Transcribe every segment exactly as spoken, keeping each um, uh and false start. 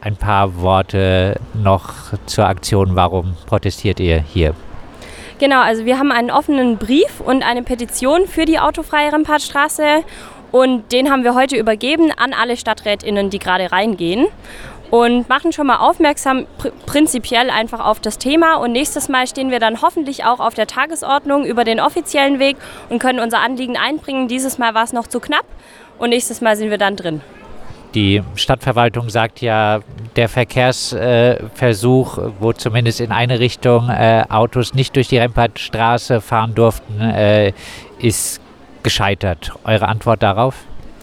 ein paar Worte noch zur Aktion. Warum protestiert ihr hier? Genau, also wir haben einen offenen Brief und eine Petition für die autofreie Rempartstraße und den haben wir heute übergeben an alle StadträtInnen, die gerade reingehen. Und machen schon mal aufmerksam pr- prinzipiell einfach auf das Thema. Und nächstes Mal stehen wir dann hoffentlich auch auf der Tagesordnung über den offiziellen Weg und können unser Anliegen einbringen. Dieses Mal war es noch zu knapp und nächstes Mal sind wir dann drin. Die Stadtverwaltung sagt ja, der Verkehrsversuch, äh, wo zumindest in eine Richtung äh, Autos nicht durch die Rempartstraße fahren durften, äh, ist gescheitert. Eure Antwort darauf?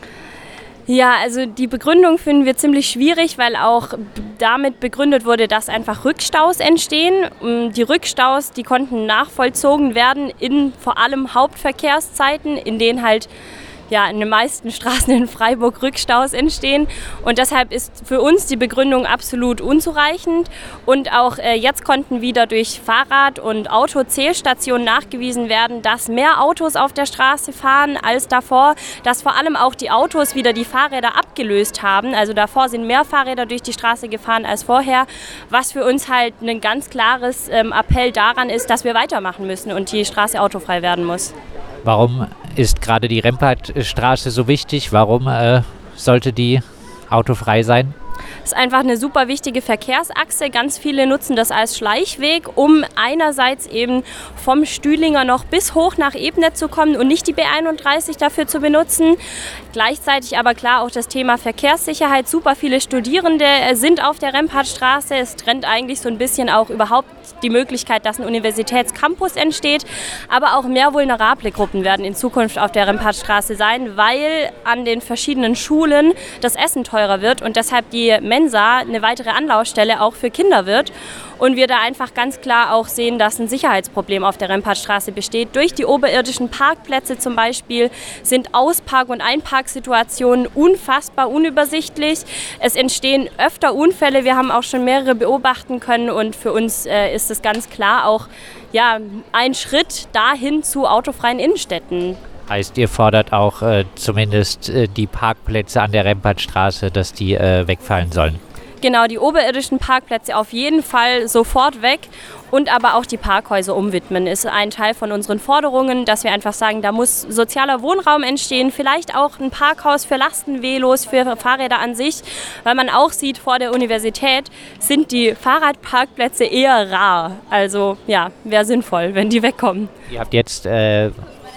Ja, also die Begründung finden wir ziemlich schwierig, weil auch damit begründet wurde, dass einfach Rückstaus entstehen. Die Rückstaus, die konnten nachvollzogen werden in vor allem Hauptverkehrszeiten, in denen halt ja, in den meisten Straßen in Freiburg Rückstaus entstehen. Und deshalb ist für uns die Begründung absolut unzureichend. Und auch äh, jetzt konnten wieder durch Fahrrad- und Autozählstationen nachgewiesen werden, dass mehr Autos auf der Straße fahren als davor, dass vor allem auch die Autos wieder die Fahrräder abgelöst haben. Also davor sind mehr Fahrräder durch die Straße gefahren als vorher, was für uns halt ein ganz klares ähm, Appell daran ist, dass wir weitermachen müssen und die Straße autofrei werden muss. Warum ist gerade die Rempartstraße so wichtig? Warum äh, sollte die autofrei sein? Das ist einfach eine super wichtige Verkehrsachse. Ganz viele nutzen das als Schleichweg, um einerseits eben vom Stühlinger noch bis hoch nach Ebnet zu kommen und nicht die B einunddreißig dafür zu benutzen. Gleichzeitig aber klar auch das Thema Verkehrssicherheit. Super viele Studierende sind auf der Rempartstraße. Es trennt eigentlich so ein bisschen auch überhaupt die Möglichkeit, dass ein Universitätscampus entsteht. Aber auch mehr vulnerable Gruppen werden in Zukunft auf der Rempartstraße sein, weil an den verschiedenen Schulen das Essen teurer wird und deshalb die Mensa eine weitere Anlaufstelle auch für Kinder wird. Und wir da einfach ganz klar auch sehen, dass ein Sicherheitsproblem auf der Rempartstraße besteht. Durch die oberirdischen Parkplätze zum Beispiel sind Auspark- und Einparksituationen unfassbar unübersichtlich. Es entstehen öfter Unfälle, wir haben auch schon mehrere beobachten können und für uns äh, ist es ganz klar auch ja, ein Schritt dahin zu autofreien Innenstädten. Heißt, ihr fordert auch äh, zumindest äh, die Parkplätze an der Rempartstraße, dass die äh, wegfallen sollen? Genau, die oberirdischen Parkplätze auf jeden Fall sofort weg und aber auch die Parkhäuser umwidmen ist ein Teil von unseren Forderungen, dass wir einfach sagen, da muss sozialer Wohnraum entstehen, vielleicht auch ein Parkhaus für Lastenvelos, für Fahrräder an sich, weil man auch sieht, vor der Universität sind die Fahrradparkplätze eher rar. Also ja, wäre sinnvoll, wenn die wegkommen. Ihr habt jetzt äh,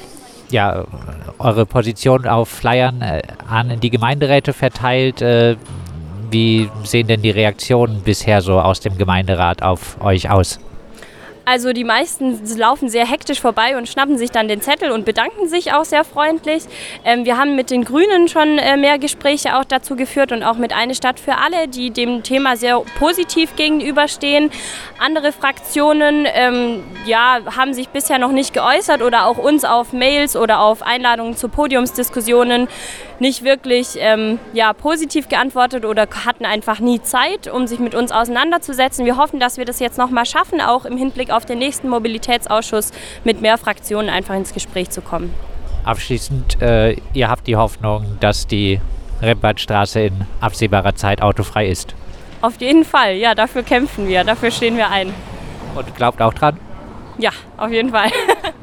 ja, eure Position auf Flyern äh, an die Gemeinderäte verteilt. Äh, Wie sehen denn die Reaktionen bisher so aus dem Gemeinderat auf euch aus? Also die meisten laufen sehr hektisch vorbei und schnappen sich dann den Zettel und bedanken sich auch sehr freundlich. Ähm, wir haben mit den Grünen schon äh, mehr Gespräche auch dazu geführt und auch mit Eine Stadt für alle, die dem Thema sehr positiv gegenüberstehen. Andere Fraktionen ähm, ja, haben sich bisher noch nicht geäußert oder auch uns auf Mails oder auf Einladungen zu Podiumsdiskussionen nicht wirklich ähm, ja, positiv geantwortet oder hatten einfach nie Zeit, um sich mit uns auseinanderzusetzen. Wir hoffen, dass wir das jetzt noch mal schaffen, auch im Hinblick auf den nächsten Mobilitätsausschuss mit mehr Fraktionen einfach ins Gespräch zu kommen. Abschließend, äh, ihr habt die Hoffnung, dass die Rempartstraße in absehbarer Zeit autofrei ist? Auf jeden Fall, ja, dafür kämpfen wir, dafür stehen wir ein. Und glaubt auch dran? Ja, auf jeden Fall.